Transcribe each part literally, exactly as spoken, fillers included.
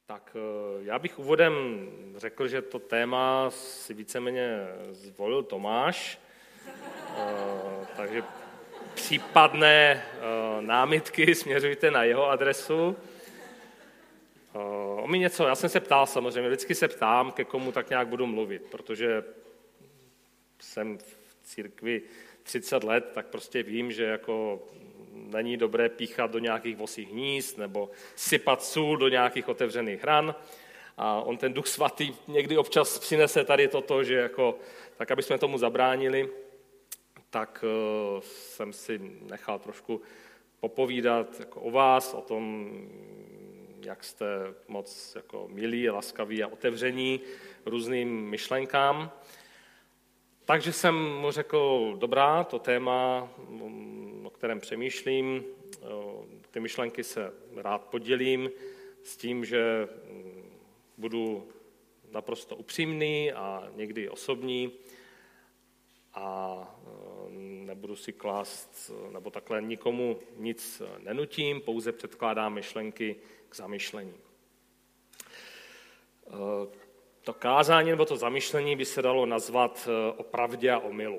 Tak já bych úvodem řekl, že to téma si víceméně zvolil Tomáš, takže případné námitky směřujte na jeho adresu. O mě něco, já jsem se ptal samozřejmě, vždycky se ptám, ke komu tak nějak budu mluvit, protože jsem v církvi třicet let, tak prostě vím, že jako není dobré píchat do nějakých vosích hnízd nebo sypat sůl do nějakých otevřených ran. A on ten Duch Svatý někdy občas přinese tady toto, že jako, tak aby jsme tomu zabránili, tak uh, jsem si nechal trošku popovídat jako o vás, o tom, jak jste moc jako milí, laskaví a otevření různým myšlenkám. Takže jsem mu řekl, dobrá, to téma, o kterém přemýšlím, ty myšlenky se rád podělím s tím, že budu naprosto upřímný a někdy osobní a nebudu si klást, nebo takhle nikomu nic nenutím, pouze předkládám myšlenky k zamyšlení. To kázání nebo to zamyšlení by se dalo nazvat o pravdě a omylu.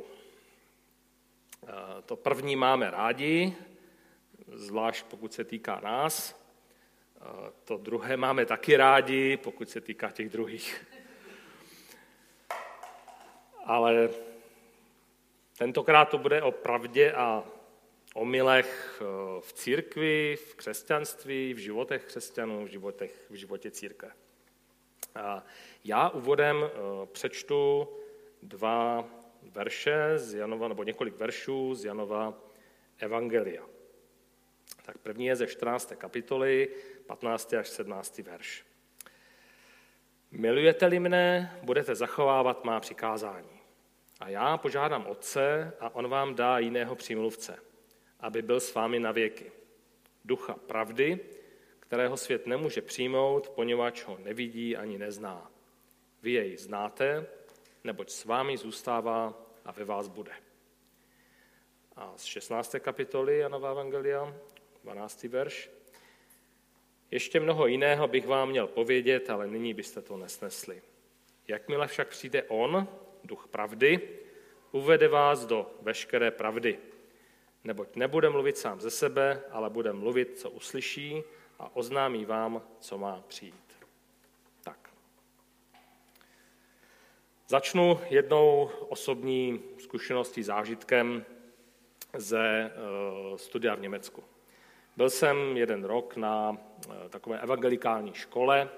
To první máme rádi, zvlášť pokud se týká nás. To druhé máme taky rádi, pokud se týká těch druhých. Ale tentokrát to bude o pravdě a omylech v církvi, v křesťanství, v životech křesťanů, v, životech, v životě církve. Já úvodem přečtu dva verše z Janova, nebo několik veršů z Janova Evangelia. Tak první je ze čtrnácté kapitoly, patnáctý až sedmnáctý verš. Milujete-li mne, budete zachovávat má přikázání. A já požádám Otce a on vám dá jiného přímluvce, aby byl s vámi na věky. Ducha pravdy, kterého svět nemůže přijmout, poněvadž ho nevidí ani nezná. Vy jej znáte, neboť s vámi zůstává a ve vás bude. A z šestnácté kapitoly Janova Evangelia, dvanáctý verš. Ještě mnoho jiného bych vám měl povědět, ale nyní byste to nesnesli. Jakmile však přijde on, Duch pravdy, uvede vás do veškeré pravdy. Neboť nebude mluvit sám ze sebe, ale bude mluvit, co uslyší, a oznámí vám, co má přijít. Tak. Začnu jednou osobní zkušeností, zážitkem ze studia v Německu. Byl jsem jeden rok na takové evangelikální škole,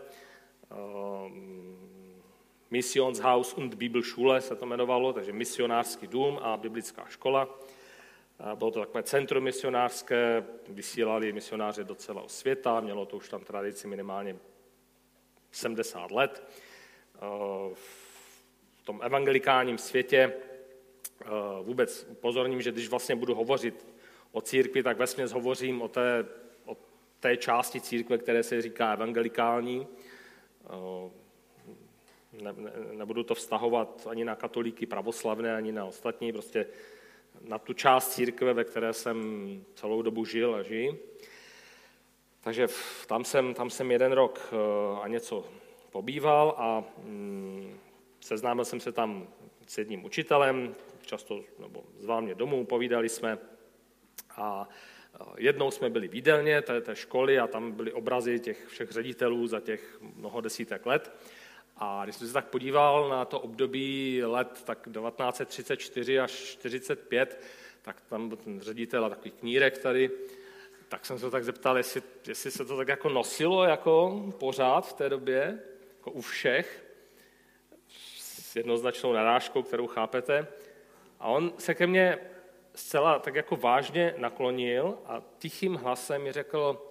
Missionshaus und Bibelschule se to jmenovalo, takže misionářský dům a biblická škola. Bylo to takové centrum misionářské, vysílali misionáře do celého světa, mělo to už tam tradici minimálně sedmdesát let. V tom evangelikálním světě vůbec upozorním, že když vlastně budu hovořit o církvi, tak vesměs hovořím o té, o té části církve, které se říká evangelikální. Ne, ne, nebudu to vztahovat ani na katolíky pravoslavné, ani na ostatní, prostě na tu část církve, ve které jsem celou dobu žil a žiji. Takže tam jsem, tam jsem jeden rok a něco pobýval a mm, seznámil jsem se tam s jedním učitelem, často nebo zval mě domů, povídali jsme a jednou jsme byli v jídelně té, té školy a tam byly obrazy těch všech ředitelů za těch mnoho desítek let. A když jsem se tak podíval na to období let tak devatenáct set třicet čtyři až čtyřicet pět, tak tam byl ten ředitel a takový knírek tady, tak jsem se tak zeptal, jestli, jestli se to tak jako nosilo jako pořád v té době, jako u všech, s jednoznačnou narážkou, kterou chápete. A on se ke mně zcela tak jako vážně naklonil a tichým hlasem mi řekl,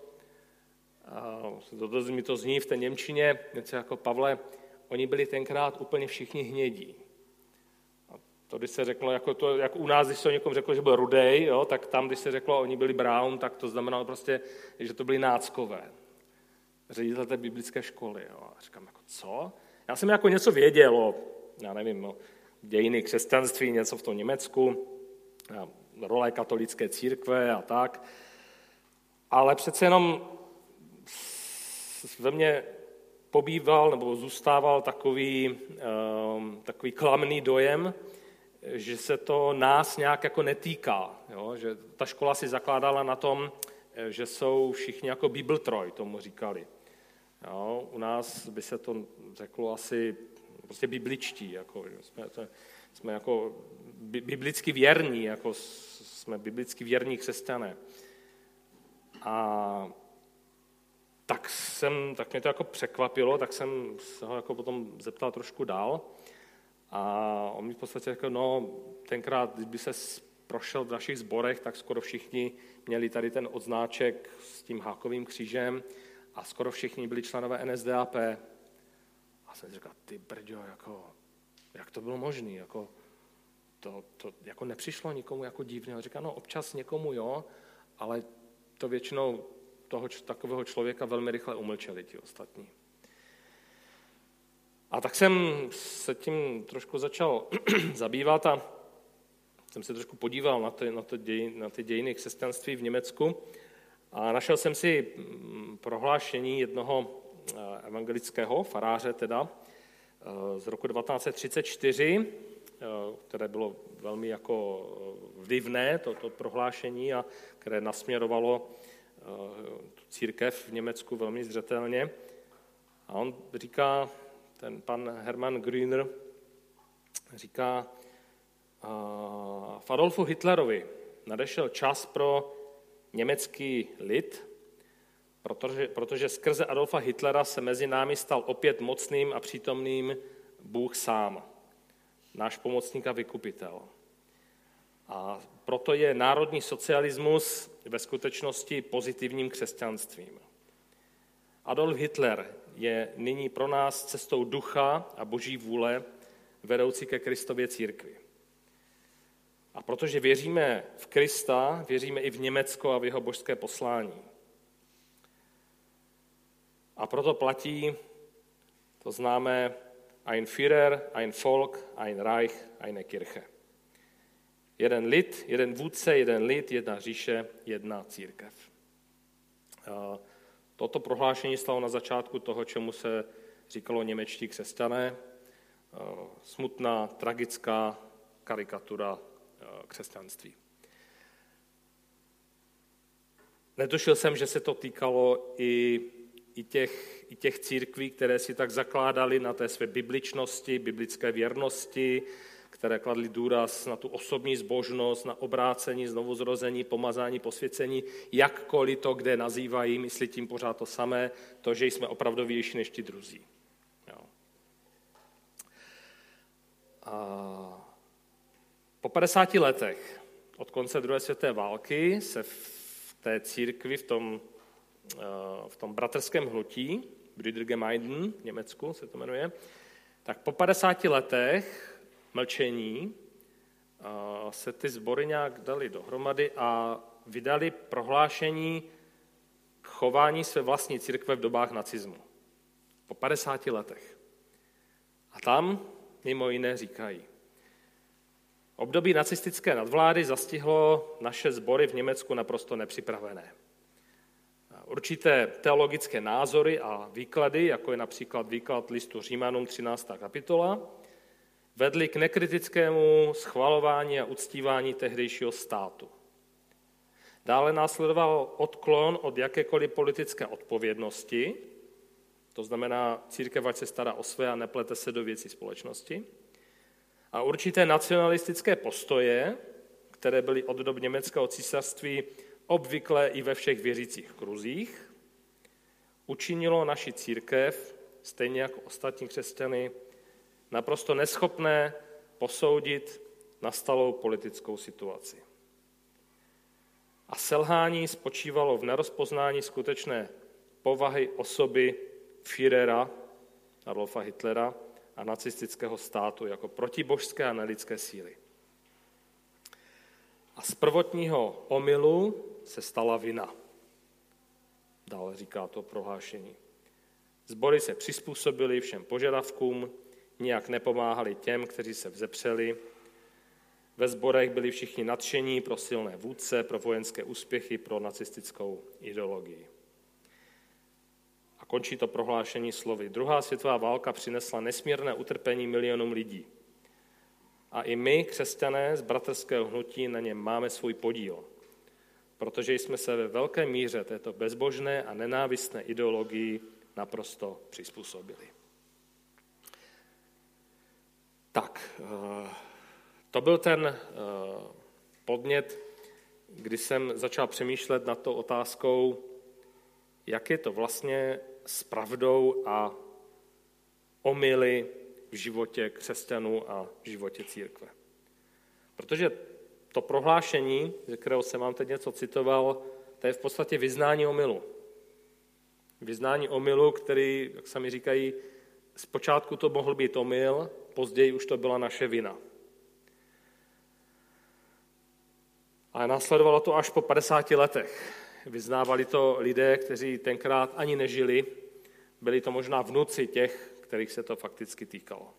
to mi to zní v té němčině, něco jako Pavle, oni byli tenkrát úplně všichni hnědí. A to, když se řeklo, jako, to, jako u nás, když se o někom řeklo, že byl rudej, jo, tak tam, když se řeklo, oni byli brown, tak to znamenalo prostě, že to byli náckové. Ředitel té biblické školy. Jo. A říkám, jako co? Já jsem jako něco věděl o, já nevím, o dějiny křesťanství, něco v tom Německu, role katolické církve a tak. Ale přece jenom ve mně pobýval nebo zůstával takový, takový klamný dojem, že se to nás nějak jako netýká. Jo? Že ta škola si zakládala na tom, že jsou všichni jako bibeltroj, tomu říkali. Jo? U nás by se to řeklo asi prostě bibličtí, jako, že jsme, to, jsme jako biblicky věrní, jako jsme biblicky věrní křesťané. A tak, jsem, tak mě to jako překvapilo, tak jsem se ho jako potom zeptal trošku dál. A on mi v podstatě řekl, no tenkrát, když by se prošel v našich sborech, tak skoro všichni měli tady ten odznáček s tím hákovým křížem a skoro všichni byli členové N S D A P. A jsem si říkal, ty brďo, jako, jak to bylo možné? Jako, to, to jako nepřišlo nikomu jako divné. On říká, no občas někomu jo, ale to většinou toho takového člověka velmi rychle umlčeli ti ostatní. A tak jsem se tím trošku začal zabývat a jsem se trošku podíval na, ty, na, to děj, na ty dějiny křesťanství v Německu a našel jsem si prohlášení jednoho evangelického faráře teda z roku devatenáct set třicet čtyři, které bylo velmi jako vlivné, toto prohlášení, a které nasměrovalo tu církev v Německu velmi zřetelně. A on říká, ten pan Hermann Grüner říká, v Adolfu Hitlerovi nadešel čas pro německý lid, protože, protože skrze Adolfa Hitlera se mezi námi stal opět mocným a přítomným Bůh sám, náš pomocník a vykupitel. A proto je národní socialismus ve skutečnosti pozitivním křesťanstvím. Adolf Hitler je nyní pro nás cestou ducha a boží vůle vedoucí ke Kristově církvi. A protože věříme v Krista, věříme i v Německo a v jeho božské poslání. A proto platí to známé ein Führer, ein Volk, ein Reich, eine Kirche. Jeden lid, jeden vůdce, jeden lid, jedna říše, jedna církev. Toto prohlášení stalo na začátku toho, čemu se říkalo němečtí křesťané. Smutná, tragická karikatura křesťanství. Netušil jsem, že se to týkalo i, i, těch, i těch církví, které si tak zakládaly na té své bibličnosti, biblické věrnosti, které kladly důraz na tu osobní zbožnost, na obrácení, znovuzrození, pomazání, posvěcení, jakkoliv to, kde nazývají, myslí tím pořád to samé, to, že jsme opravdovější než ti druzí. Jo. A po padesáti letech od konce druhé světové války se v té církvi, v tom, v tom bratrském hnutí, Brüdergemeinden v Německu se to jmenuje, tak po padesáti letech mlčení se ty sbory nějak dali dohromady a vydali prohlášení k chování své vlastní církve v dobách nacismu. Po padesáti letech. A tam mimo jiné říkají, období nacistické nadvlády zastihlo naše sbory v Německu naprosto nepřipravené. Určité teologické názory a výklady, jako je například výklad listu Římanům třináctá kapitola, vedly k nekritickému schvalování a uctívání tehdejšího státu. Dále následoval odklon od jakékoliv politické odpovědnosti, to znamená církev ať se stará o své a neplete se do věcí společnosti, a určité nacionalistické postoje, které byly od dob německého císařství obvyklé i ve všech věřících kruzích, učinilo naši církev, stejně jako ostatní křesťany, naprosto neschopné posoudit nastalou politickou situaci. A selhání spočívalo v nerozpoznání skutečné povahy osoby Führera, Adolfa Hitlera, a nacistického státu jako protibožské a nelidské síly. A z prvotního omylu se stala vina. Dále říká to prohlášení. Sbory se přizpůsobili všem požadavkům, nijak nepomáhali těm, kteří se vzepřeli. Ve sborech byli všichni nadšení pro silné vůdce, pro vojenské úspěchy, pro nacistickou ideologii. A A končí to prohlášení slovy. Druhá světová válka přinesla nesmírné utrpení milionům lidí. A i my, křesťané z bratrského hnutí, na něm máme svůj podíl. Protože jsme se ve velké míře této bezbožné a nenávistné ideologii naprosto přizpůsobili. Tak, to byl ten podnět, kdy jsem začal přemýšlet nad tou otázkou, jak je to vlastně s pravdou a omyly v životě křesťanů a v životě církve. Protože to prohlášení, ze kterého jsem vám teď něco citoval, to je v podstatě vyznání omylu. Vyznání omylu, který, jak sami říkají, zpočátku to mohl být omyl, později už to byla naše vina. A následovalo to až po padesáti letech. Vyznávali to lidé, kteří tenkrát ani nežili, byli to možná vnuci těch, kterých se to fakticky týkalo.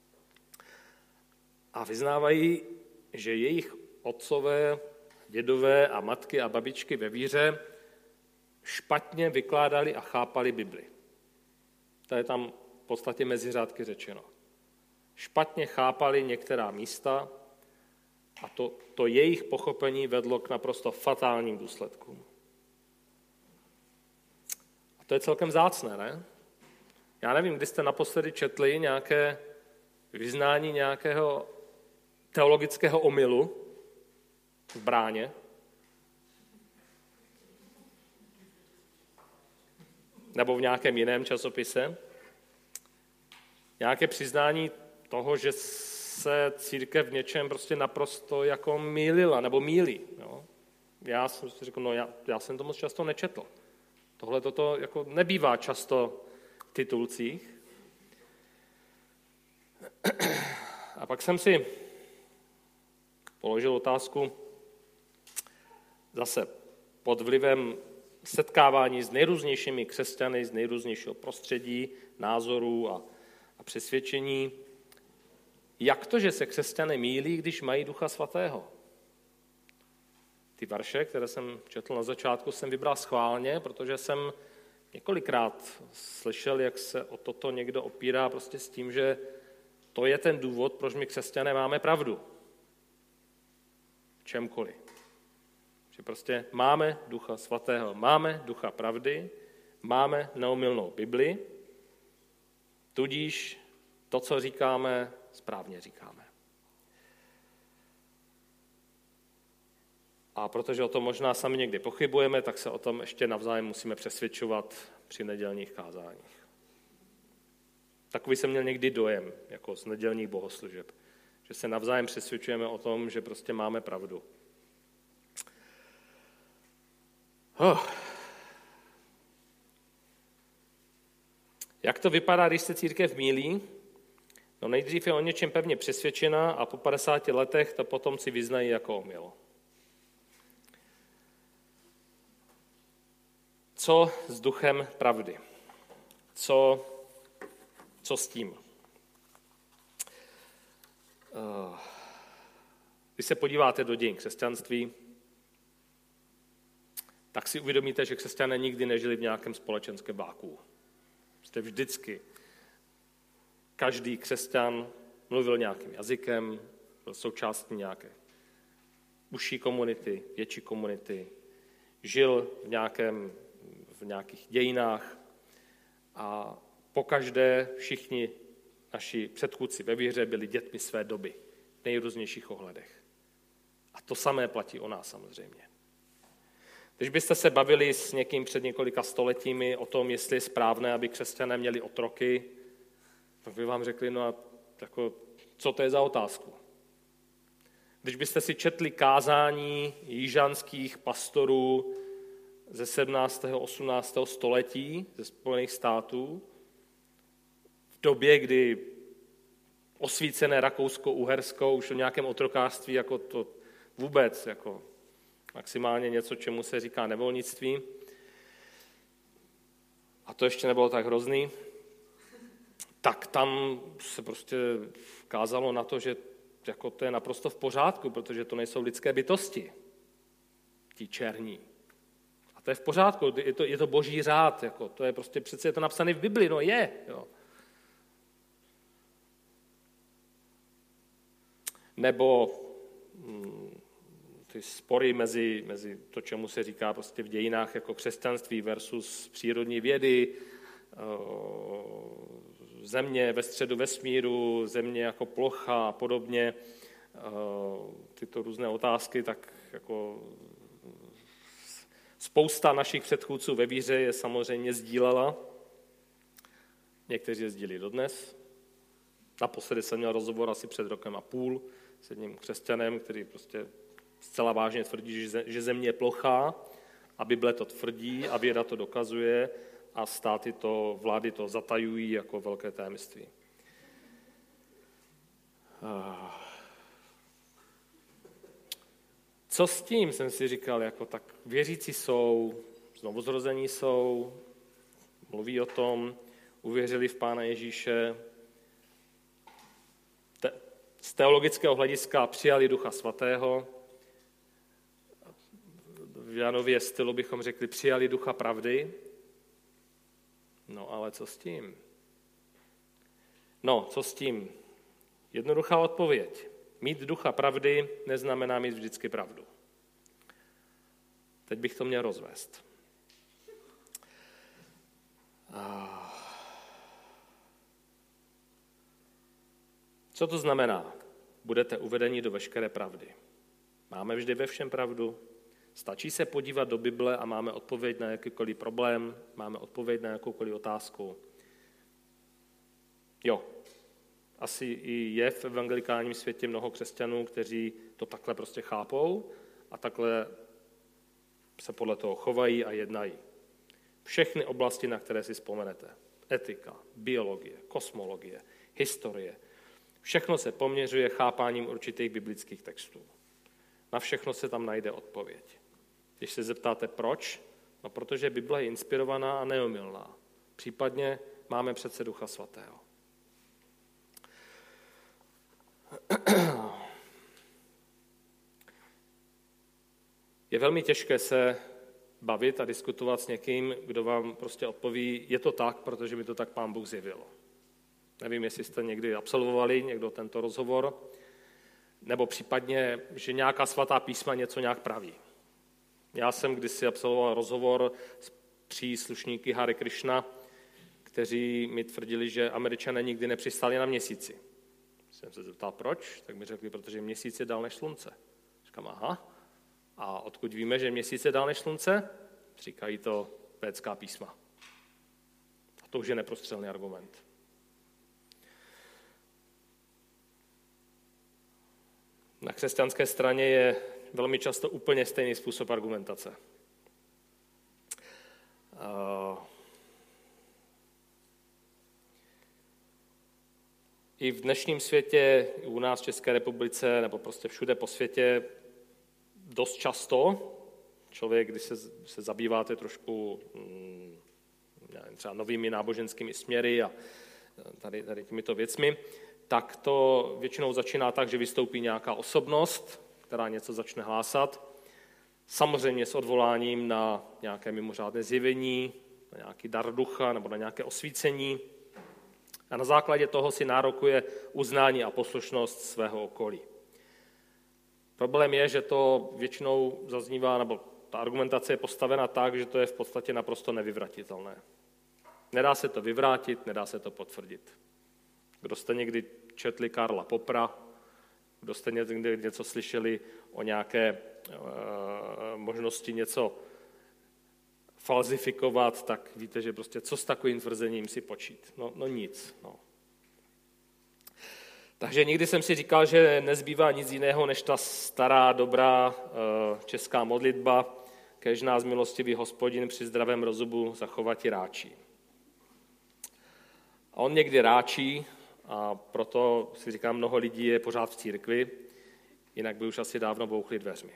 A vyznávají, že jejich otcové, dědové a matky a babičky ve víře špatně vykládali a chápali Bibli. To je tam v podstatě mezi řádky řečeno. Špatně chápali některá místa a to, to jejich pochopení vedlo k naprosto fatálním důsledkům. A to je celkem vzácné, ne? Já nevím, kdy jste naposledy četli nějaké vyznání nějakého teologického omylu v Bráně. Nebo v nějakém jiném časopise. Nějaké přiznání toho, že se církev v něčem prostě naprosto jako mýlila, nebo mýlí. Jo? Já jsem si řekl, no já, já jsem to moc často nečetl. Tohle toto jako nebývá často v titulcích. A pak jsem si položil otázku zase pod vlivem setkávání s nejrůznějšími křesťany, z nejrůznějšího prostředí, názorů a, a přesvědčení. Jak to, že se křesťané mýlí, když mají Ducha Svatého? Ty verše, které jsem četl na začátku, jsem vybral schválně, protože jsem několikrát slyšel, jak se o toto někdo opírá prostě s tím, že to je ten důvod, proč my křesťané máme pravdu. V čemkoliv. Že prostě máme Ducha Svatého, máme Ducha pravdy, máme neomylnou Bibli, tudíž to, co říkáme, správně říkáme. A protože o tom možná sami někdy pochybujeme, tak se o tom ještě navzájem musíme přesvědčovat při nedělních kázáních. Takový jsem měl někdy dojem, jako z nedělních bohoslužeb, že se navzájem přesvědčujeme o tom, že prostě máme pravdu. Oh. Jak to vypadá, když se církev mýlí? No nejdřív je o něčem pevně přesvědčená a po padesáti letech to potom si vyznají jako omyl. Co s duchem pravdy? Co, co s tím? Když se podíváte do dějin křesťanství, tak si uvědomíte, že křesťané nikdy nežili v nějakém společenském vákuu. Jste vždycky, každý křesťan mluvil nějakým jazykem, byl součástí nějaké užší komunity, větší komunity, žil v, nějakém, v nějakých dějinách a pokaždé všichni naši předchůdci ve víře byli dětmi své doby v nejrůznějších ohledech. A to samé platí o nás samozřejmě. Když byste se bavili s někým před několika stoletími o tom, jestli je správné, aby křesťané měli otroky, tak by vám řekli, no a jako, co to je za otázku? Když byste si četli kázání jižanských pastorů ze sedmnáctého osmnáctého století ze Spojených států, v době, kdy osvícené Rakousko-Uhersko už o nějakém otrokářství jako to vůbec, jako maximálně něco, čemu se říká nevolnictví. A to ještě nebylo tak hrozný. Tak tam se prostě kázalo na to, že jako to je naprosto v pořádku, protože to nejsou lidské bytosti, ti černí. A to je v pořádku, je to, je to boží řád, jako, to je prostě, přece je to napsané v Bibli, no je. Jo. Nebo hm, ty spory mezi, mezi to, čemu se říká prostě v dějinách jako křesťanství versus přírodní vědy, země ve středu vesmíru, země jako plocha a podobně, tyto různé otázky, tak jako spousta našich předchůdců ve víře je samozřejmě sdílela. Někteří je sdílí dodnes. Naposledy jsem měl rozhovor asi před rokem a půl s jedním křesťanem, který prostě zcela vážně tvrdí, že země je plochá a Bible to tvrdí a věda to dokazuje a státy to, vlády to zatajují jako velké tajemství. Co s tím, jsem si říkal, jako tak věřící jsou, znovuzrození jsou, mluví o tom, uvěřili v Pána Ježíše, te, z teologického hlediska přijali Ducha Svatého, v Janově stylu bychom řekli, přijali Ducha pravdy, no ale co s tím? No, co s tím? Jednoduchá odpověď. Mít ducha pravdy neznamená mít vždycky pravdu. Teď bych to měl rozvést. Co to znamená? Budete uvedeni do veškeré pravdy. Máme vždy ve všem pravdu? Stačí se podívat do Bible a máme odpověď na jakýkoliv problém, máme odpověď na jakoukoliv otázku. Jo, asi i je v evangelikálním světě mnoho křesťanů, kteří to takhle prostě chápou a takhle se podle toho chovají a jednají. Všechny oblasti, na které si vzpomenete. Etika, biologie, kosmologie, historie. Všechno se poměřuje chápáním určitých biblických textů. Na všechno se tam najde odpověď. Když se zeptáte proč, no protože Bible je inspirovaná a neomylná. Případně máme přece Ducha Svatého. Je velmi těžké se bavit a diskutovat s někým, kdo vám prostě odpoví, je to tak, protože mi to tak Pán Bůh zjevil. Nevím, jestli jste někdy absolvovali někdo tento rozhovor, nebo případně, že nějaká svatá písma něco nějak praví. Já jsem kdysi absolvoval rozhovor s příslušníky Hare Krishna, kteří mi tvrdili, že Američané nikdy nepřistáli na měsíci. Jsem se zeptal, proč? Tak mi řekli, protože měsíc je dál než slunce. Říkám, aha. A odkud víme, že měsíc je dál než slunce? Říkají to védská písma. A to už je neprostřelný argument. Na křesťanské straně je velmi často úplně stejný způsob argumentace. I v dnešním světě, u nás v České republice, nebo prostě všude po světě, dost často člověk, když se, se zabýváte trošku nevím, třeba novými náboženskými směry a tady, tady těmito věcmi, tak to většinou začíná tak, že vystoupí nějaká osobnost, která něco začne hlásat, samozřejmě s odvoláním na nějaké mimořádné zjevení, na nějaký dar ducha nebo na nějaké osvícení. A na základě toho si nárokuje uznání a poslušnost svého okolí. Problém je, že to většinou zaznívá, nebo ta argumentace je postavena tak, že to je v podstatě naprosto nevyvratitelné. Nedá se to vyvrátit, nedá se to potvrdit. Kdo jste někdy četli Karla Poppera, kdo jste někdy něco slyšeli o nějaké e, možnosti něco falzifikovat, tak víte, že prostě co s takovým tvrzením si počít? No, no nic. No. Takže někdy jsem si říkal, že nezbývá nic jiného, než ta stará, dobrá e, česká modlitba, kéž nás milostivý Hospodin při zdravém rozumu zachovati ráčí. A on někdy ráčí, a proto si říkám, mnoho lidí je pořád v církvi, jinak by už asi dávno bouchli dveřmi.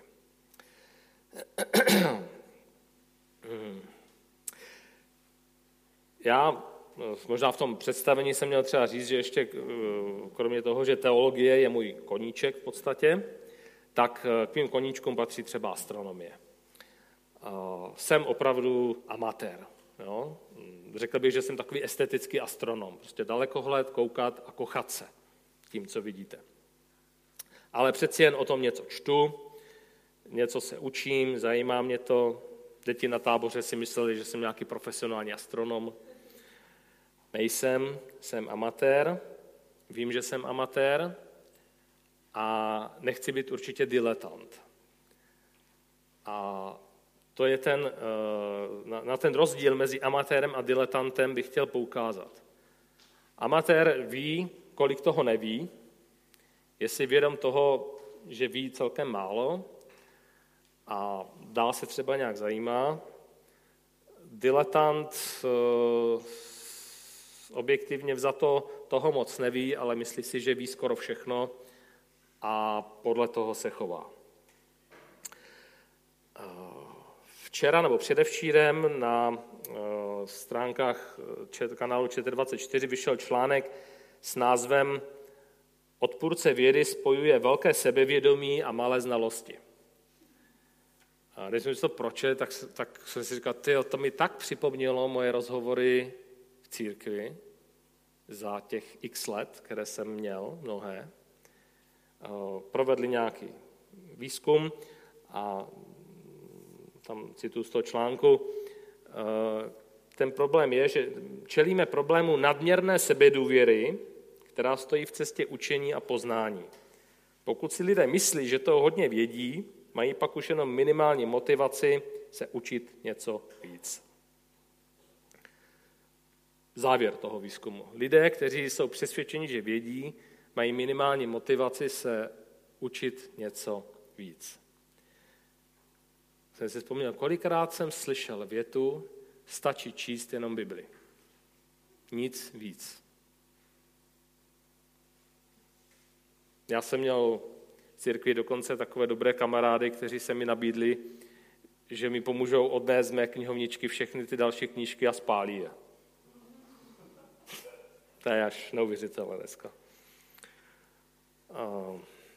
Já možná v tom představení jsem měl třeba říct, že ještě kromě toho, že teologie je můj koníček v podstatě, tak k mým koníčkům patří třeba astronomie. jsem opravdu amatér. Jo? Řekl bych, že jsem takový estetický astronom. Prostě dalekohled, koukat a kochat se tím, co vidíte. Ale přeci jen o tom něco čtu, něco se učím, zajímá mě to. Děti na táboře si mysleli, že jsem nějaký profesionální astronom. Nejsem, jsem amatér, vím, že jsem amatér a nechci být určitě diletant. A to je ten, na ten rozdíl mezi amatérem a diletantem bych chtěl poukázat. Amatér ví, kolik toho neví, je si vědom toho, že ví celkem málo a dál se třeba nějak zajímá. Diletant objektivně vzato toho moc neví, ale myslí si, že ví skoro všechno a podle toho se chová. Včera nebo předevčírem na stránkách kanálu Č T dvacet čtyři vyšel článek s názvem Odpůrce vědy spojuje velké sebevědomí a malé znalosti. A když jsem si to pročetl, tak, tak jsem si říkal, tyjo, to mi tak připomnělo moje rozhovory v církvi za těch x let, které jsem měl, mnohé. Provedli nějaký výzkum a tam cituji z toho článku, ten problém je, že čelíme problému nadměrné sebedůvěry, která stojí v cestě učení a poznání. Pokud si lidé myslí, že toho hodně vědí, mají pak už jenom minimální motivaci se učit něco víc. Závěr toho výzkumu. Lidé, kteří jsou přesvědčeni, že vědí, mají minimální motivaci se učit něco víc. Jsem si vzpomněl, kolikrát jsem slyšel větu, stačí číst jenom Bibli. Nic víc. Já jsem měl v církvi dokonce takové dobré kamarády, kteří se mi nabídli, že mi pomůžou odnést z mé knihovničky všechny ty další knížky a spálí je. To je až neuvěřitelné dneska. Uh.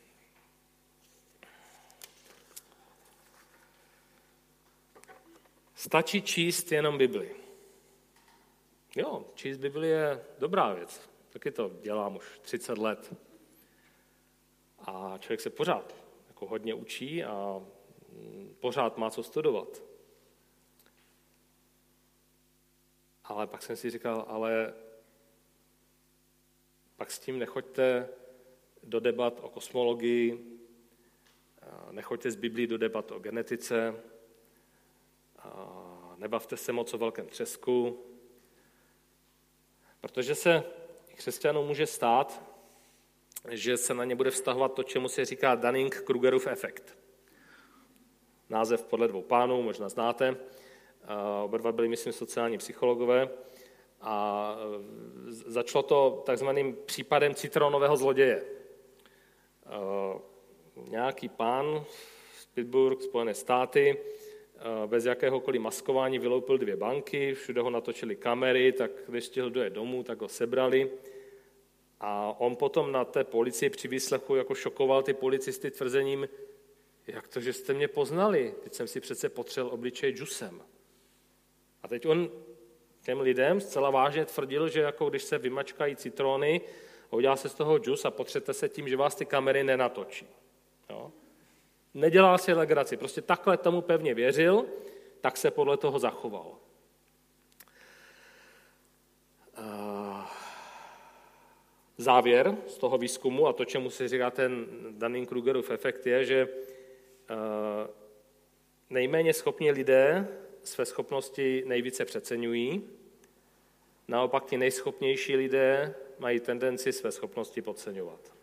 Stačí číst jenom Bibli. Jo, číst Bibli je dobrá věc. Taky to dělám už třicet let. A člověk se pořád jako hodně učí a pořád má co studovat. Ale pak jsem si říkal, ale pak s tím nechoďte do debat o kosmologii, nechoďte z Biblí do debat o genetice, nebavte se moc o velkém třesku, protože se křesťanům může stát, že se na ně bude vztahovat to, čemu se říká Dunning-Krugerův efekt. Název podle dvou pánů, možná znáte. Oba dva byli, myslím, sociální psychologové. A začalo to takzvaným případem citronového zloděje. Nějaký pán z Pittsburgh, Spojené státy, bez jakéhokoliv maskování vyloupil dvě banky, všude ho natočili kamery, tak když stihl dojet domů, tak ho sebrali. A on potom na té policii při výslechu jako šokoval ty policisty tvrzením, jak to, že jste mě poznali, teď jsem si přece potřel obličej džusem. A teď on těm lidem zcela vážně tvrdil, že jako když se vymačkají citrony, udělá se z toho džus a potřete se tím, že vás ty kamery nenatočí. Jo? Nedělal si legraci, prostě takhle tomu pevně věřil, tak se podle toho zachoval. Závěr z toho výzkumu a to, čemu se říká ten Dunning-Krugerův efekt, je, že nejméně schopní lidé své schopnosti nejvíce přeceňují, naopak ti nejschopnější lidé mají tendenci své schopnosti podceňovat.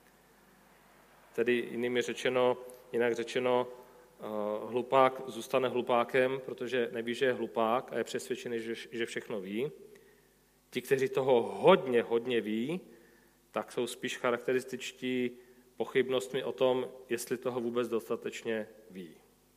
Tedy jinými řečeno, jinak řečeno, hlupák zůstane hlupákem, protože neví, že je hlupák a je přesvědčený, že všechno ví. Ti, kteří toho hodně, hodně ví, tak jsou spíš charakterističtí pochybnostmi o tom, jestli toho vůbec dostatečně ví.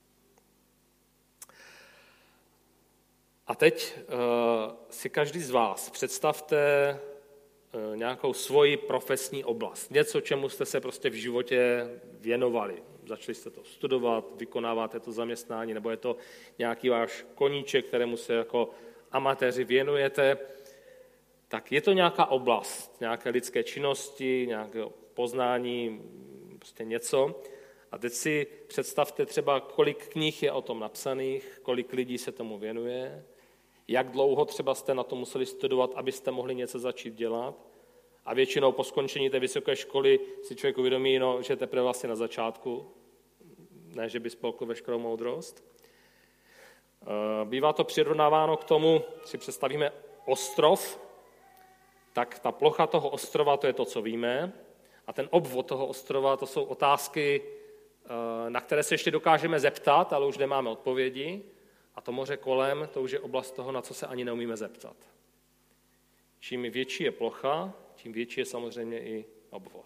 A teď uh, si každý z vás představte uh, nějakou svoji profesní oblast. Něco, čemu jste se prostě v životě věnovali. začali jste to studovat, vykonáváte to zaměstnání, nebo je to nějaký váš koníček, kterému se jako amatéři věnujete, tak je to nějaká oblast, nějaké lidské činnosti, nějaké poznání, prostě něco. A teď si představte třeba, kolik knih je o tom napsaných, kolik lidí se tomu věnuje, jak dlouho třeba jste na to museli studovat, abyste mohli něco začít dělat. A většinou po skončení té vysoké školy si člověk uvědomí, no, že teprve vlastně na začátku, ne, že by spolkl veškerou moudrost. Bývá to přirovnáváno k tomu, si představíme ostrov, tak ta plocha toho ostrova, to je to, co víme, a ten obvod toho ostrova, to jsou otázky, na které se ještě dokážeme zeptat, ale už nemáme odpovědi, a to moře kolem, to už je oblast toho, na co se ani neumíme zeptat. Čím větší je plocha, tím větší je samozřejmě i obvod.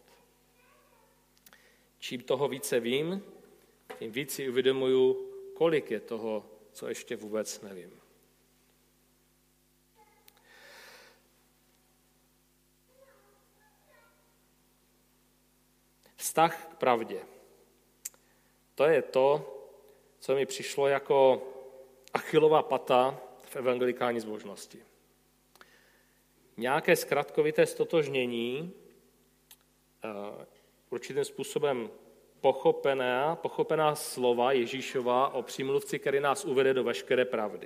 Čím toho více vím, tím víc si uvědomuju, kolik je toho, co ještě vůbec nevím. Vztah k pravdě. To je to, co mi přišlo jako Achillova pata v evangelikální zbožnosti. Nějaké zkratkovité stotožnění, určitým způsobem pochopená, pochopená slova Ježíšova o přímluvci, který nás uvede do veškeré pravdy,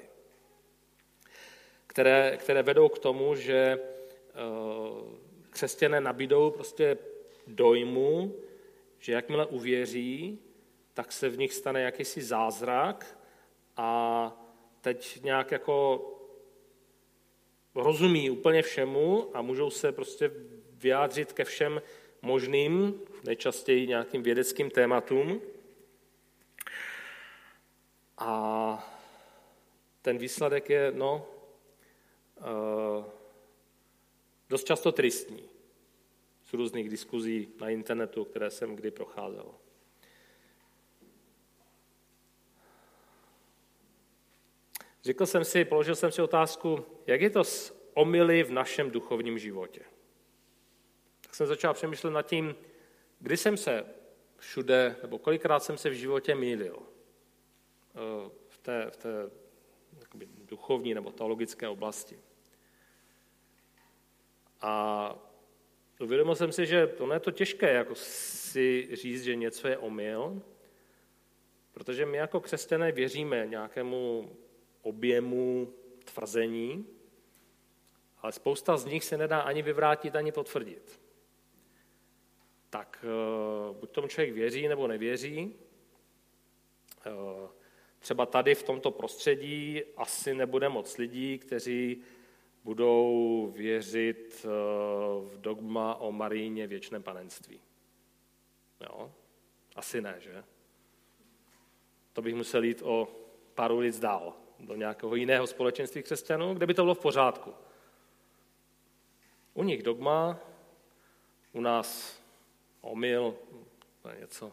které, které vedou k tomu, že křesťané nabídou prostě dojmu, že jakmile uvěří, tak se v nich stane jakýsi zázrak a teď nějak jako rozumí úplně všemu a můžou se prostě vyjádřit ke všem možným, nejčastěji nějakým vědeckým tématům. A ten výsledek je, no, dost často tristní z různých diskuzí na internetu, které jsem kdy procházel. Řekl jsem si, položil jsem si otázku, jak je to s omyly v našem duchovním životě. Tak jsem začal přemýšlet nad tím, kdy jsem se všude, nebo kolikrát jsem se v životě mýlil v té, v té jakoby, duchovní nebo teologické oblasti. A uvědomil jsem si, že to je to těžké, jako si říct, že něco je omyl, protože my jako křesťané věříme nějakému objemu tvrzení, ale spousta z nich se nedá ani vyvrátit, ani potvrdit. Tak buď tomu člověk věří, nebo nevěří. Třeba tady v tomto prostředí asi nebude moc lidí, kteří budou věřit v dogma o Marijně věčném panenství. Jo? Asi ne, že? To bych musel jít o pár ulic dál, do nějakého jiného společenství křesťanů, kde by to bylo v pořádku. U nich dogma, u nás omyl, to je něco.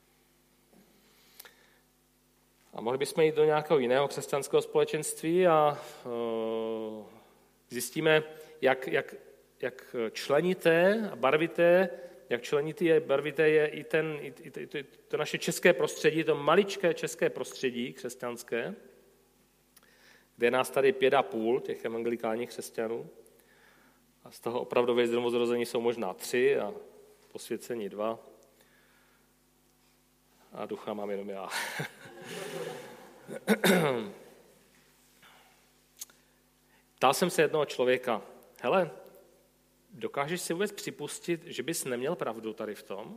A mohli bychom jít do nějakého jiného křesťanského společenství a uh, zjistíme, jak, jak, jak členité a barvité, jak členitý a barvité je i, ten, i, i, i to naše české prostředí, to maličké české prostředí křesťanské, kde je nás tady pět a půl těch evangelikálních křesťanů. A z toho opravdové znovuzrození jsou možná tři a posvěcení dva. A ducha mám jenom já. Ptal jsem se jednoho člověka, hele, dokážeš si vůbec připustit, že bys neměl pravdu tady v tom?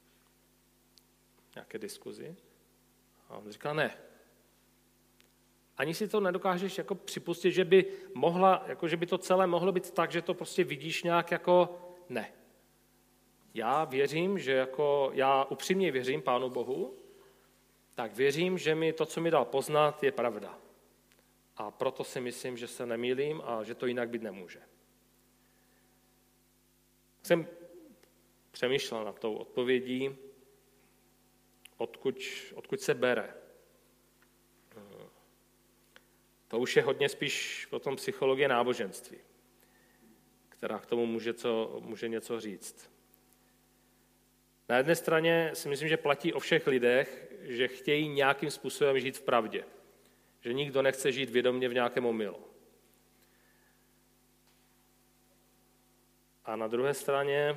Nějaké diskuzi? A on říká, ne. Ani si to nedokážeš jako připustit, že by mohla, jako že by to celé mohlo být tak, že to prostě vidíš nějak jako ne. Já věřím, že jako já upřímně věřím Pánu Bohu, tak věřím, že mi to, co mi dal poznat, je pravda. A proto si myslím, že se nemýlím a že to jinak být nemůže. Jsem přemýšlel nad tou odpovědí, odkud, odkud se bere. To už je hodně spíš potom psychologie náboženství, která k tomu může, co, může něco říct. Na jedné straně si myslím, že platí o všech lidech, že chtějí nějakým způsobem žít v pravdě. Že nikdo nechce žít vědomě v nějakém omylu. A na druhé straně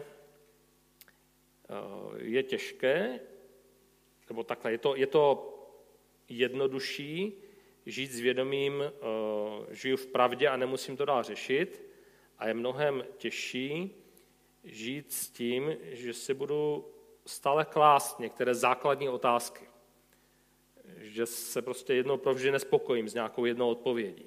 je těžké, nebo takhle, je to, je to jednodušší žít s vědomím, žiju v pravdě a nemusím to dál řešit, a je mnohem těžší žít s tím, že si budu stále klást některé základní otázky. Že se prostě jednou provždy nespokojím s nějakou jednou odpovědí.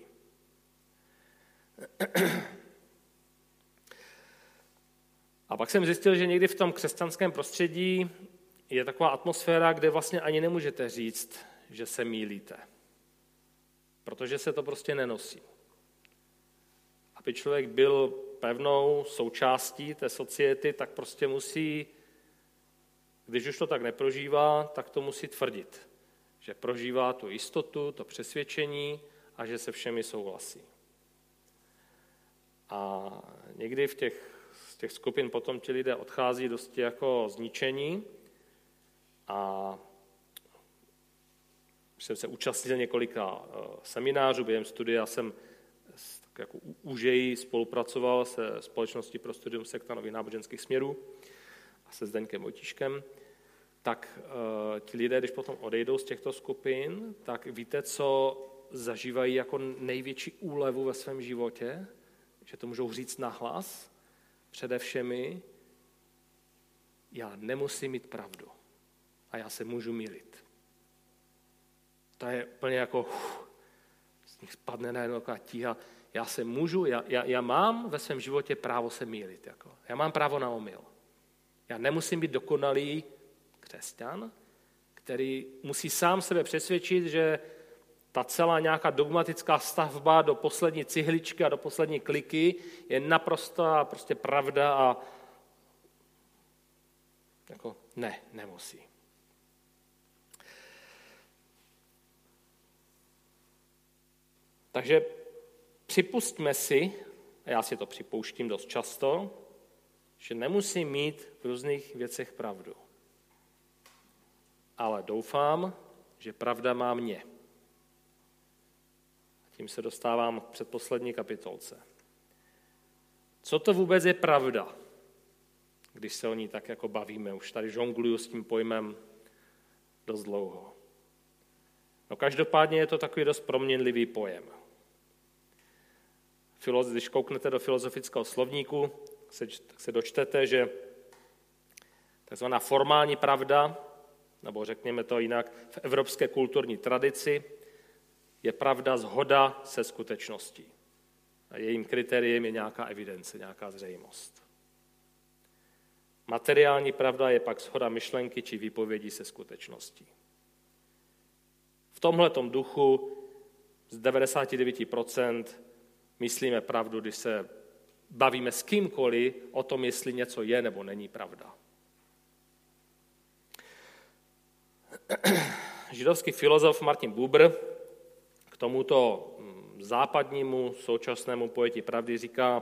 A pak jsem zjistil, že někdy v tom křesťanském prostředí je taková atmosféra, kde vlastně ani nemůžete říct, že se mýlíte. Protože se to prostě nenosí. Aby člověk byl pevnou součástí té society, tak prostě musí, když už to tak neprožívá, tak to musí tvrdit. Že prožívá tu jistotu, to přesvědčení a že se všemi souhlasí. A někdy v těch, z těch skupin potom ti lidé odchází dosti jako zničení a jsem se účastnil několika seminářů, během studia jsem tak jako úžeji spolupracoval se Společností pro studium sekta nových náboženských směrů a se Zdeňkem Vojtíškem, tak uh, ti lidé, když potom odejdou z těchto skupin, tak víte, co zažívají jako největší úlevu ve svém životě? Že to můžou říct nahlas, přede všemi, já nemusím mít pravdu a já se můžu mýlit. To je úplně jako, uf, z nich spadne najednou taková tíha. Já se můžu, já, já, já mám ve svém životě právo se mýlit. Jako. Já mám právo na omyl. Já nemusím být dokonalý křesťan, který musí sám sebe přesvědčit, že ta celá nějaká dogmatická stavba do poslední cihličky a do poslední kliky je naprosto prostě pravda a jako ne, nemusí. Takže připustme si, a já si to připouštím dost často, že nemusím mít v různých věcech pravdu. Ale doufám, že pravda má mě. A tím se dostávám k předposlední kapitolce. Co to vůbec je pravda, když se o ní tak jako bavíme? Už tady žongluju s tím pojmem dost dlouho. No každopádně je to takový dost proměnlivý pojem. Když kouknete do filozofického slovníku, tak se dočtete, že takzvaná formální pravda, nebo řekněme to jinak, v evropské kulturní tradici je pravda shoda se skutečností. A jejím kritériem je nějaká evidence, nějaká zřejmost. Materiální pravda je pak shoda myšlenky či výpovědí se skutečností. V tomhletom duchu z devadesát devět procent myslíme pravdu, když se bavíme s kýmkoliv o tom, jestli něco je nebo není pravda. Židovský filozof Martin Buber k tomuto západnímu současnému pojetí pravdy říká,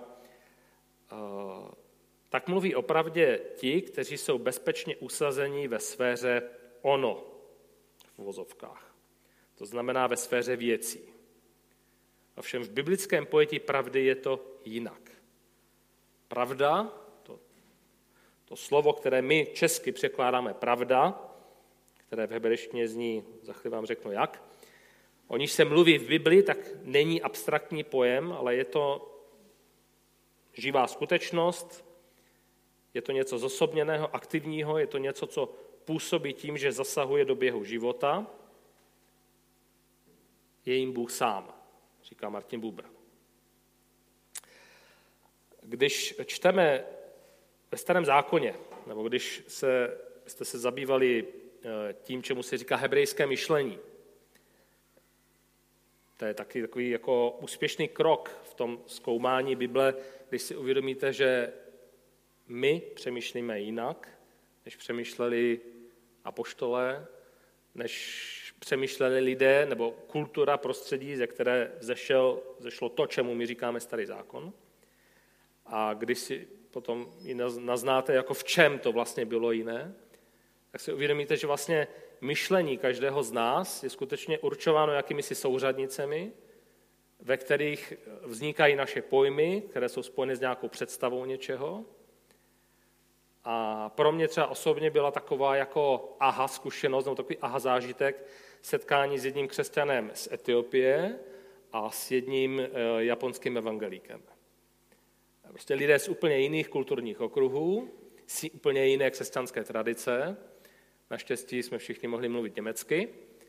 tak mluví o pravdě ti, kteří jsou bezpečně usazení ve sféře ono, v uvozovkách. To znamená ve sféře věcí. Ovšem v biblickém pojetí pravdy je to jinak. Pravda, to, to slovo, které my česky překládáme pravda, které v hebrejštině zní, za chvíli vám řeknu jak, o níž se mluví v Biblii, tak není abstraktní pojem, ale je to živá skutečnost, je to něco zosobněného, aktivního, je to něco, co působí tím, že zasahuje do běhu života, je jim Bůh sám, říká Martin Buber. Když čteme ve Starém zákoně, nebo když se, jste se zabývali tím, čemu se říká hebrejské myšlení, to je taky takový jako úspěšný krok v tom zkoumání Bible, když si uvědomíte, že my přemýšlíme jinak, než přemýšleli apoštolé, než přemýšleli lidé, nebo kultura, prostředí, ze které zešel, zešlo to, čemu my říkáme Starý zákon. A když si potom naznáte, jako v čem to vlastně bylo jiné, tak si uvědomíte, že vlastně myšlení každého z nás je skutečně určováno jakýmisi souřadnicemi, ve kterých vznikají naše pojmy, které jsou spojeny s nějakou představou něčeho. A pro mě třeba osobně byla taková jako aha zkušenost, nebo takový aha zážitek, setkání s jedním křesťanem z Etiopie a s jedním japonským evangelíkem. Prostě lidé z úplně jiných kulturních okruhů, z úplně jiné křesťanské tradice. Naštěstí jsme všichni mohli mluvit německy.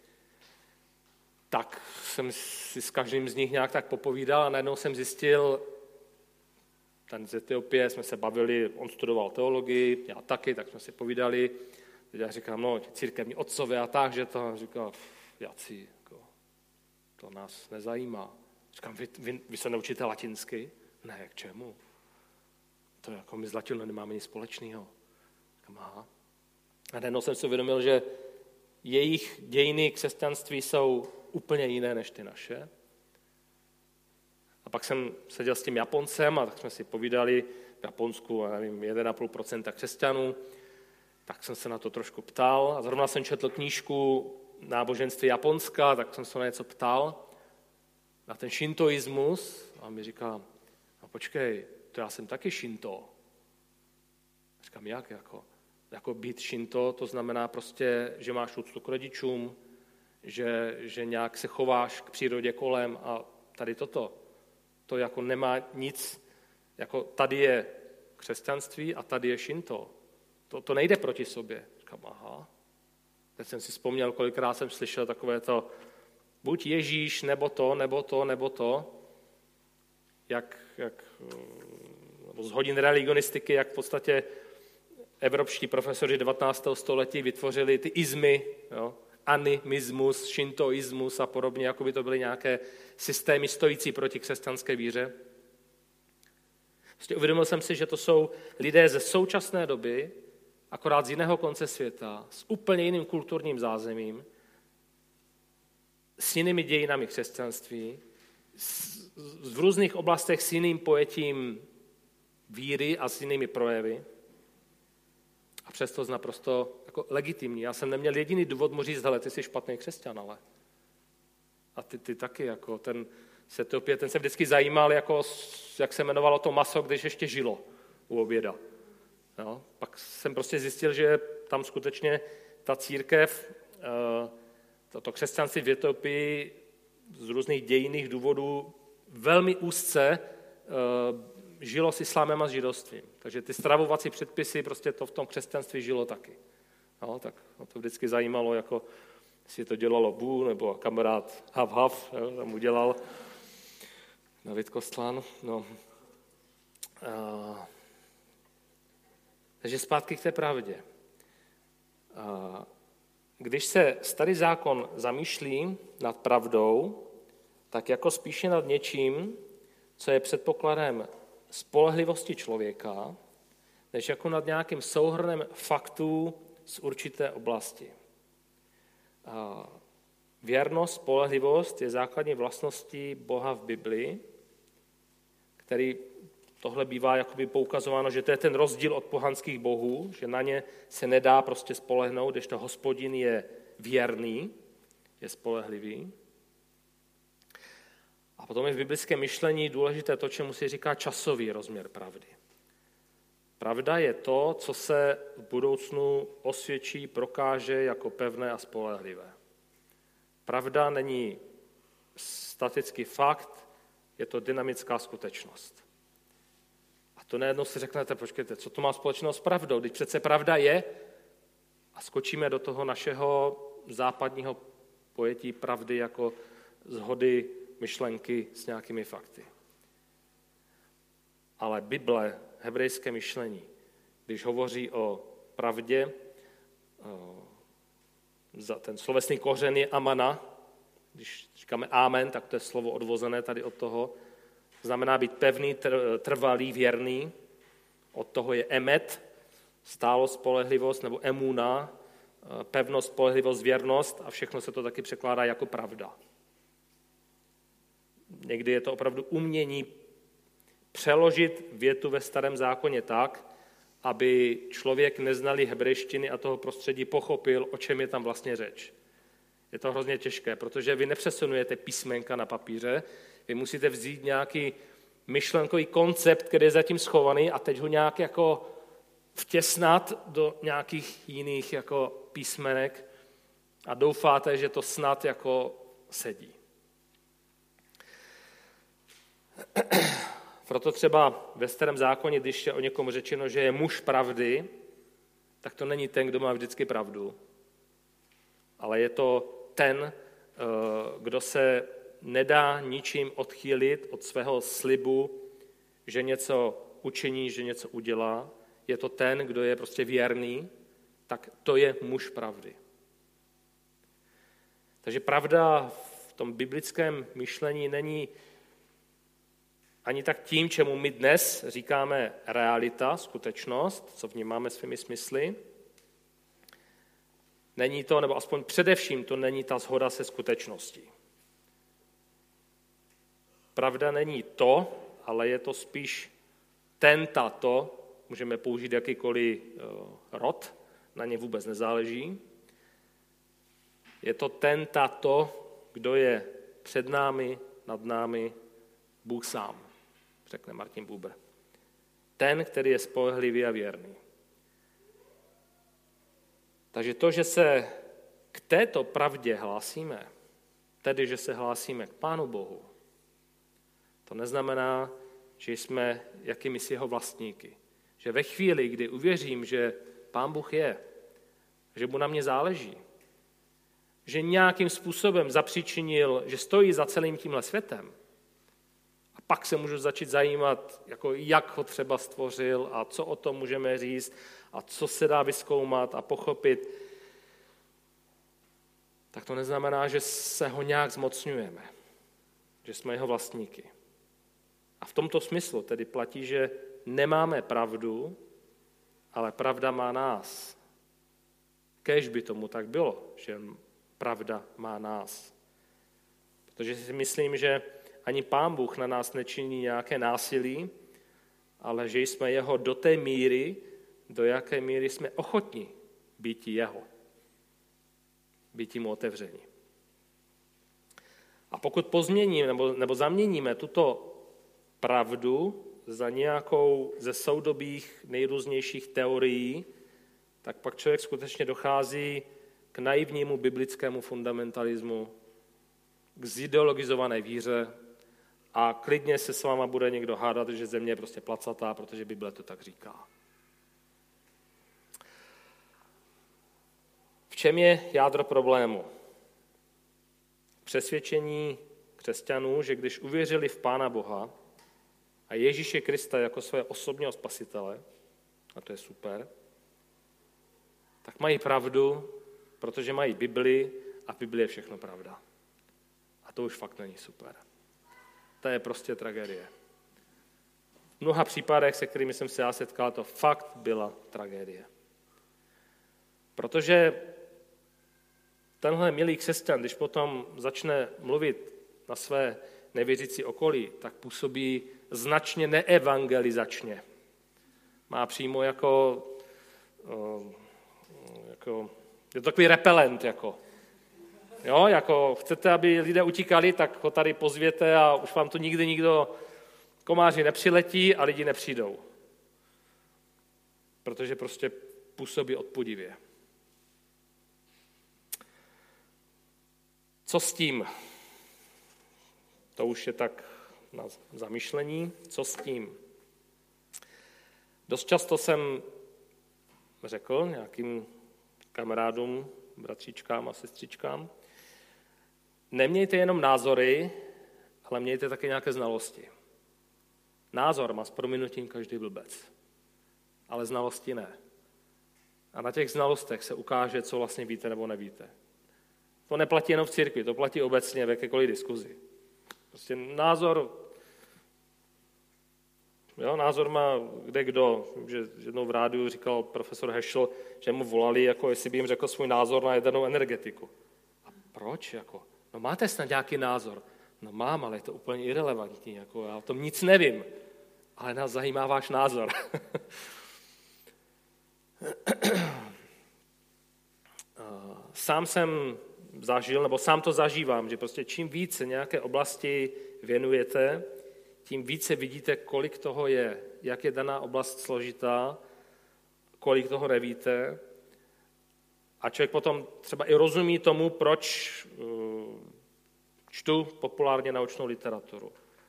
Tak jsem si s každým z nich nějak tak popovídal a najednou jsem zjistil, ten z Etiopie jsme se bavili, on studoval teologii, já taky, tak jsme si povídali. Teď já říkám, no, církevní otcové a tak, že to, říkal, jací, jako, to nás nezajímá. Říkám, vy, vy, vy se naučíte latinsky? Ne, k čemu? To jako my s latinou nemáme nic společného. Říkám, aha. A najednou jsem si uvědomil, že jejich dějiny křesťanství jsou úplně jiné než ty naše. A pak jsem seděl s tím Japoncem a tak jsme si povídali v Japonsku, nevím, jedna celá pět procenta křesťanů, tak jsem se na to trošku ptal a zrovna jsem četl knížku Náboženství Japonska, tak jsem se na něco ptal, na ten šintoismus a mi říká, no počkej, to já jsem taky šinto. Říkám, jak jako? Jako být šinto, to znamená prostě, že máš úctu k rodičům, že, že nějak se chováš k přírodě kolem a tady toto. To jako nemá nic, jako tady je křesťanství a tady je šinto. To, to nejde proti sobě. Říkám, aha. Teď jsem si vzpomněl, kolikrát jsem slyšel takové to, buď Ježíš, nebo to, nebo to, nebo to, jak, jak z hodin religionistiky, jak v podstatě evropští profesoři devatenáctého století vytvořili ty izmy, jo, animismus, šintoismus a podobně, jako by to byly nějaké systémy stojící proti křesťanské víře. Prostě uvědomil jsem si, že to jsou lidé ze současné doby, akorát z jiného konce světa, s úplně jiným kulturním zázemím, s jinými dějinami křesťanství, s, v různých oblastech s jiným pojetím víry a s jinými projevy. A přesto naprosto jako legitimní. Já jsem neměl jediný důvod mu říct, hele, ty jsi špatný křesťan, ale. A ty, ty taky, jako ten z Etiopie, ten se vždycky zajímal, jako, jak se jmenovalo to maso, když ještě žilo u oběda. Jo? Pak jsem prostě zjistil, že tam skutečně ta církev, to křesťanství v Etiopii z různých dějinných důvodů velmi úzce žilo s islámem a s židovstvím. Takže ty stravovací předpisy, prostě to v tom křesťanství žilo taky. No, tak no to vždycky zajímalo, jako jestli to dělalo Bů, nebo kamarád Hav Hav, jo, tam udělal David Kostlan. No. A, takže zpátky k té pravdě. A, když se starý zákon zamýšlí nad pravdou, tak jako spíše nad něčím, co je předpokladem spolehlivosti člověka, než jako nad nějakým souhrnem faktů z určité oblasti. A věrnost, spolehlivost je základní vlastností Boha v Biblii, který tohle bývá jakoby poukazováno, že to je ten rozdíl od pohanských bohů, že na ně se nedá prostě spolehnout, když to Hospodin je věrný, je spolehlivý. A potom je v biblickém myšlení důležité to, čemu se říká časový rozměr pravdy. Pravda je to, co se v budoucnu osvědčí, prokáže jako pevné a spolehlivé. Pravda není statický fakt, je to dynamická skutečnost. A to nejednou si řeknete, počkejte, co to má společného s pravdou? Když přece pravda je, a skočíme do toho našeho západního pojetí pravdy jako shody myšlenky s nějakými fakty. Ale Bible, hebrejské myšlení, když hovoří o pravdě, ten slovesný kořen je amana, když říkáme amen, tak to je slovo odvozené tady od toho, znamená být pevný, trvalý, věrný, od toho je emet, stálost, spolehlivost, nebo emuna, pevnost, spolehlivost, věrnost a všechno se to taky překládá jako pravda. Někdy je to opravdu umění přeložit větu ve Starém zákoně tak, aby člověk neznalý hebrejštiny a toho prostředí pochopil, o čem je tam vlastně řeč. Je to hrozně těžké, protože vy nepřesunujete písmenka na papíře, vy musíte vzít nějaký myšlenkový koncept, který je zatím schovaný a teď ho nějak jako vtěsnat do nějakých jiných jako písmenek a doufáte, že to snad jako sedí. Proto třeba ve Starém zákoně, když je o někom řečeno, že je muž pravdy, tak to není ten, kdo má vždycky pravdu, ale je to ten, kdo se nedá ničím odchýlit od svého slibu, že něco učiní, že něco udělá. Je to ten, kdo je prostě věrný, tak to je muž pravdy. Takže pravda v tom biblickém myšlení není ani tak tím, čemu my dnes říkáme realita, skutečnost, co vnímáme svými smysly. Není to, nebo aspoň především to není ta shoda se skutečností. Pravda není to, ale je to spíš ten, tato, můžeme použít jakýkoliv rod, na ně vůbec nezáleží. Je to ten, tato, kdo je před námi, nad námi, Bůh sám, řekne Martin Buber. Ten, který je spolehlivý a věrný. Takže to, že se k této pravdě hlásíme, tedy, že se hlásíme k Pánu Bohu, to neznamená, že jsme jakými si jeho vlastníky. Že ve chvíli, kdy uvěřím, že Pán Bůh je, že mu na mě záleží, že nějakým způsobem zapříčinil, že stojí za celým tímhle světem, a pak se můžu začít zajímat, jako jak ho třeba stvořil a co o tom můžeme říct a co se dá vyzkoumat a pochopit, tak to neznamená, že se ho nějak zmocňujeme, že jsme jeho vlastníky. A v tomto smyslu tedy platí, že nemáme pravdu, ale pravda má nás. Kéž by tomu tak bylo, že pravda má nás. Protože si myslím, že ani Pán Bůh na nás nečiní nějaké násilí, ale že jsme jeho do té míry, do jaké míry jsme ochotní být jeho. Být mu otevření. A pokud pozměníme nebo, nebo zaměníme tuto pravdu za nějakou ze soudobých nejrůznějších teorií, tak pak člověk skutečně dochází k naivnímu biblickému fundamentalismu, k zideologizované víře a klidně se s váma bude někdo hádat, že země je prostě placatá, protože Bible to tak říká. V čem je jádro problému? Přesvědčení křesťanů, že když uvěřili v Pána Boha a Ježíše Krista jako své osobního spasitele, a to je super, tak mají pravdu, protože mají Bibli a v Bibli je všechno pravda. A to už fakt není super. To je prostě tragédie. V mnoha případech, se kterými jsem se já setkal, to fakt byla tragédie. Protože tenhle milý křesťan, když potom začne mluvit na své nevěřící okolí, tak působí značně neevangelizačně. Má přímo jako, jako je to takový repelent, jako. Jo, jako chcete, aby lidé utíkali, tak ho tady pozvěte a už vám tu nikdy nikdo, komáři nepřiletí a lidi nepřijdou. Protože prostě působí odpudivě. Co s tím? To už je tak na zamyšlení. Co s tím? Dost často jsem řekl nějakým kamarádům, bratříčkám a sestřičkám, nemějte jenom názory, ale mějte také nějaké znalosti. Názor má s prominutím každý blbec, ale znalosti ne. A na těch znalostech se ukáže, co vlastně víte nebo nevíte. To neplatí jenom v církvi, to platí obecně v jakékoliv diskuzi. Prostě názor, jo, názor má kde kdo. Že jednou v rádiu říkal profesor Heschel, že mu volali, jako jestli by jim řekl svůj názor na jadernou energetiku. A proč? Jako? No máte snad nějaký názor? No mám, ale je to úplně irelevantní. Jako já o tom nic nevím. Ale nás zajímá váš názor. sám jsem zažil, nebo sám to zažívám, že prostě čím více nějaké oblasti věnujete, tím více vidíte, kolik toho je, jak je daná oblast složitá, kolik toho nevíte. A člověk potom třeba i rozumí tomu, proč čtu populárně naučnou literaturu,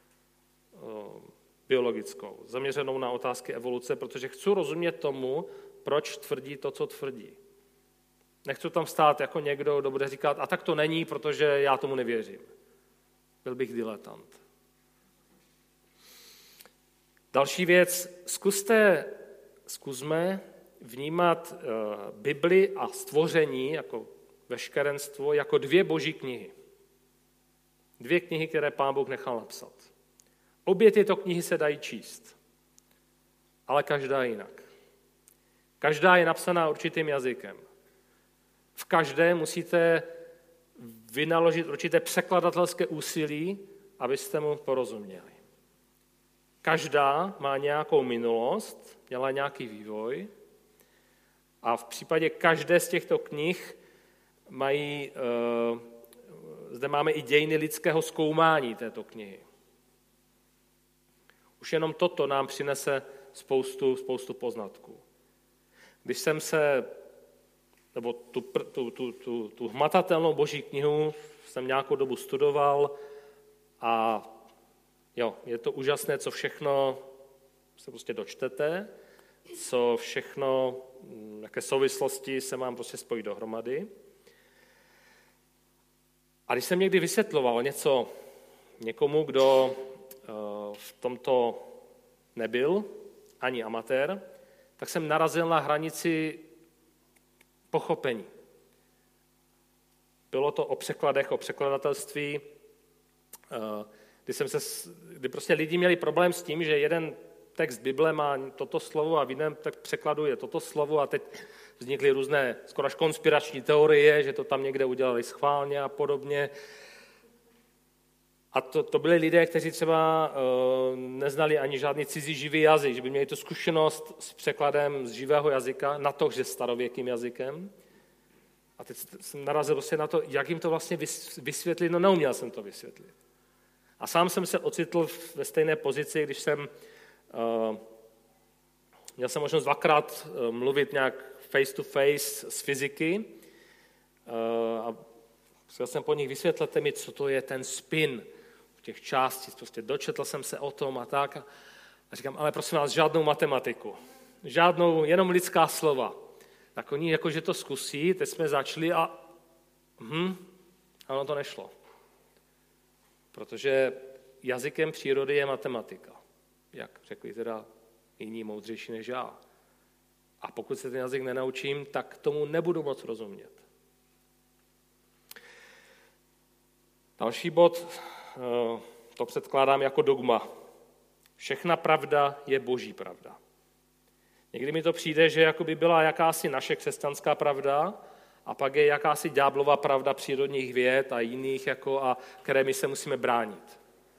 biologickou, zaměřenou na otázky evoluce, protože chci rozumět tomu, proč tvrdí to, co tvrdí. Nechci tam stát jako někdo, kdo bude říkat, a tak to není, protože já tomu nevěřím. Byl bych diletant. Další věc, zkuste, zkusme vnímat uh, Bibli a stvoření, jako veškerenstvo, jako dvě boží knihy. Dvě knihy, které Pán Bůh nechal napsat. Obě tyto knihy se dají číst, ale každá jinak. Každá je napsaná určitým jazykem. V každé musíte vynaložit určité překladatelské úsilí, abyste mu porozuměli. Každá má nějakou minulost, měla nějaký vývoj a v případě každé z těchto knih mají, uh, zde máme i dějiny lidského zkoumání této knihy. Už jenom toto nám přinese spoustu, spoustu poznatků. Když jsem se, nebo tu, tu, tu, tu, tu hmatatelnou boží knihu jsem nějakou dobu studoval a jo, je to úžasné, co všechno se prostě dočtete, co všechno, jaké souvislosti se mám prostě spojit dohromady. A když jsem někdy vysvětloval něco někomu, kdo v tomto nebyl, ani amatér, tak jsem narazil na hranici pochopení. Bylo to o překladech, o překladatelství, kdy, jsem se, kdy prostě lidi měli problém s tím, že jeden text Bible má toto slovo a v jiném tak překladu je toto slovo a teď vznikly různé skoro až konspirační teorie, že to tam někde udělali schválně a podobně. A to, to byli lidé, kteří třeba uh, neznali ani žádný cizí živý jazyk, že by měli tu zkušenost s překladem z živého jazyka, na to, že starověkým jazykem. A teď jsem narazil prostě na to, jak jim to vlastně vysvětlit, no neuměl jsem to vysvětlit. A sám jsem se ocitl ve stejné pozici, když jsem, uh, měl jsem možnost dvakrát uh, mluvit nějak face to face z fyziky uh, a chtěl jsem po nich vysvětlit mi, co to je ten spin těch částic, prostě dočetl jsem se o tom a tak. A říkám, ale prosím vás, žádnou matematiku, žádnou, jenom lidská slova. Tak oni jakože to zkusí, teď jsme začali a hm, ano, to nešlo. Protože jazykem přírody je matematika. Jak řekli teda jiní moudřejší než já. A pokud se ten jazyk nenaučím, tak tomu nebudu moc rozumět. Další bod, to předkládám jako dogma. Všechna pravda je boží pravda. Někdy mi to přijde, že jako by byla jakási naše křesťanská pravda a pak je jakási ďáblova pravda přírodních věd a jiných, jako a které my se musíme bránit.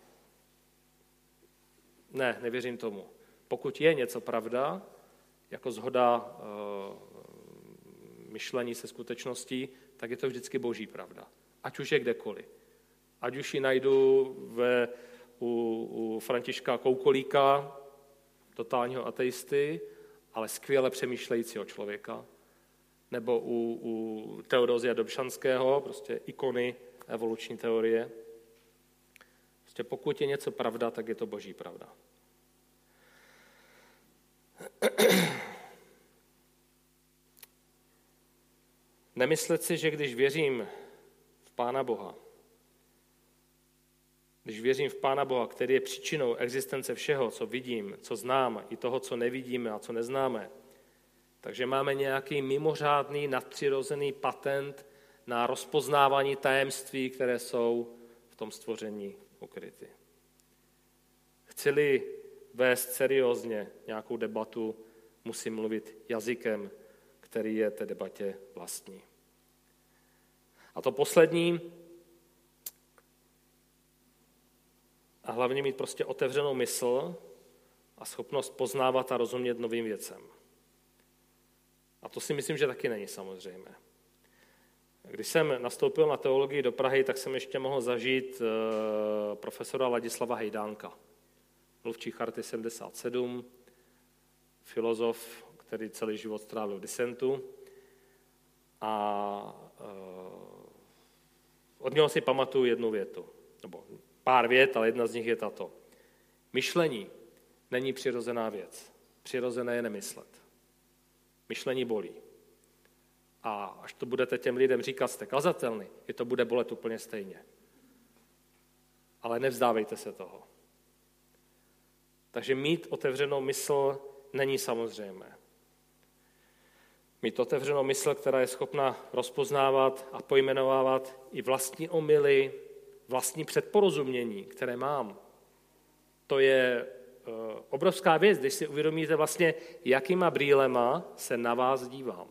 Ne, nevěřím tomu. Pokud je něco pravda, jako shoda e, myšlení se skutečností, tak je to vždycky boží pravda. Ať už je kdekoliv. Ať už ji najdu ve, u, u Františka Koukolíka, totálního ateisty, ale skvěle přemýšlejícího člověka, nebo u, u Teodozia Dobšanského, prostě ikony evoluční teorie. Prostě pokud je něco pravda, tak je to boží pravda. Nemyslet si, že když věřím v Pána Boha, když věřím v Pána Boha, který je příčinou existence všeho, co vidím, co znám, i toho, co nevidíme a co neznáme, takže máme nějaký mimořádný, nadpřirozený patent na rozpoznávání tajemství, které jsou v tom stvoření ukryty. Chci-li vést seriózně nějakou debatu, musím mluvit jazykem, který je té debatě vlastní. A to poslední, a hlavně mít prostě otevřenou mysl a schopnost poznávat a rozumět novým věcem. A to si myslím, že taky není samozřejmé. Když jsem nastoupil na teologii do Prahy, tak jsem ještě mohl zažít profesora Ladislava Hejdánka, mluvčí Charty sedmdesát sedm, filozof, který celý život strávil v disentu. A od něho si pamatuju jednu větu, nebo pár vět, ale jedna z nich je tato. Myšlení není přirozená věc. Přirozené je nemyslet. Myšlení bolí. A až to budete těm lidem říkat, jste kazatelný, je to bude bolet úplně stejně. Ale nevzdávejte se toho. Takže mít otevřenou mysl není samozřejmé. Mít otevřenou mysl, která je schopna rozpoznávat a pojmenovávat i vlastní omyly, vlastní předporozumění, které mám. To je obrovská věc, když si uvědomíte vlastně, jakýma brýlema se na vás dívám.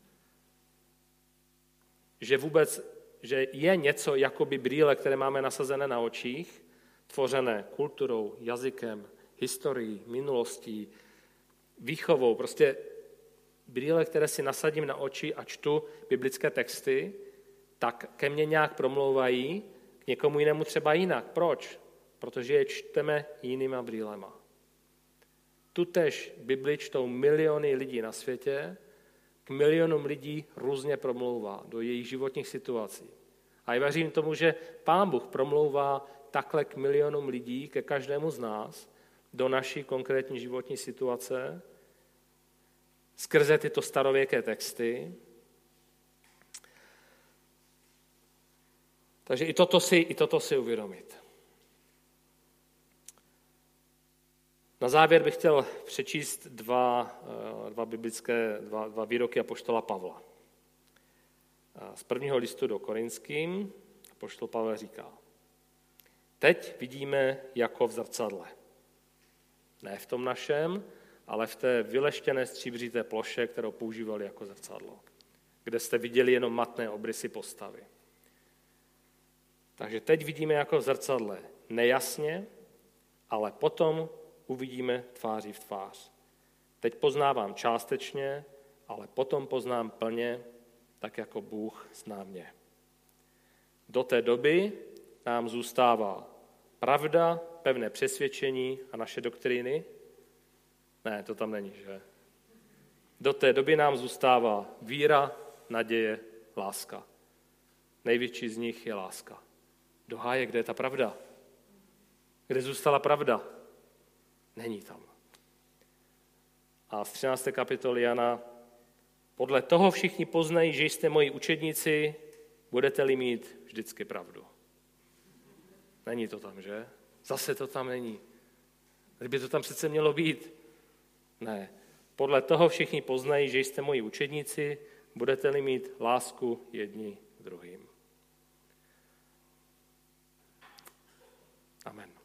Že vůbec, že je něco jakoby brýle, které máme nasazené na očích, tvořené kulturou, jazykem, historií, minulostí, výchovou, prostě brýle, které si nasadím na oči a čtu biblické texty, tak ke mně nějak promlouvají, k někomu jinému třeba jinak. Proč? Protože je čteme jinýma brýlema. Tutéž Bibli čtou miliony lidí na světě, k milionům lidí různě promlouvá do jejich životních situací. A já věřím tomu, že Pán Bůh promlouvá takhle k milionům lidí, ke každému z nás, do naší konkrétní životní situace, skrze tyto starověké texty. Takže i toto si, i toto si uvědomit. Na závěr bych chtěl přečíst dva, dva biblické, dva, dva výroky apoštola Pavla. Z prvního listu do Korinským apoštol Pavel říká: Teď vidíme jako v zrcadle. Ne v tom našem, ale v té vyleštěné stříbřité ploše, kterou používali jako zrcadlo, kde jste viděli jenom matné obrysy postavy. Takže teď vidíme jako v zrcadle nejasně, ale potom uvidíme tváří v tvář. Teď poznávám částečně, ale potom poznám plně, tak jako Bůh zná mě. Do té doby nám zůstává pravda, pevné přesvědčení a naše doktríny. Ne, to tam není, že? Do té doby nám zůstává víra, naděje, láska. Největší z nich je láska. Do háje, kde je ta pravda? Kde zůstala pravda? Není tam. A z třinácté kapitoly Jana: Podle toho všichni poznají, že jste moji učedníci, budete-li mít vždycky pravdu. Není to tam, že? Zase to tam není. Kdyby to tam přece mělo být. Ne. Podle toho všichni poznají, že jste moji učedníci, budete-li mít lásku jedni druhým. Amen.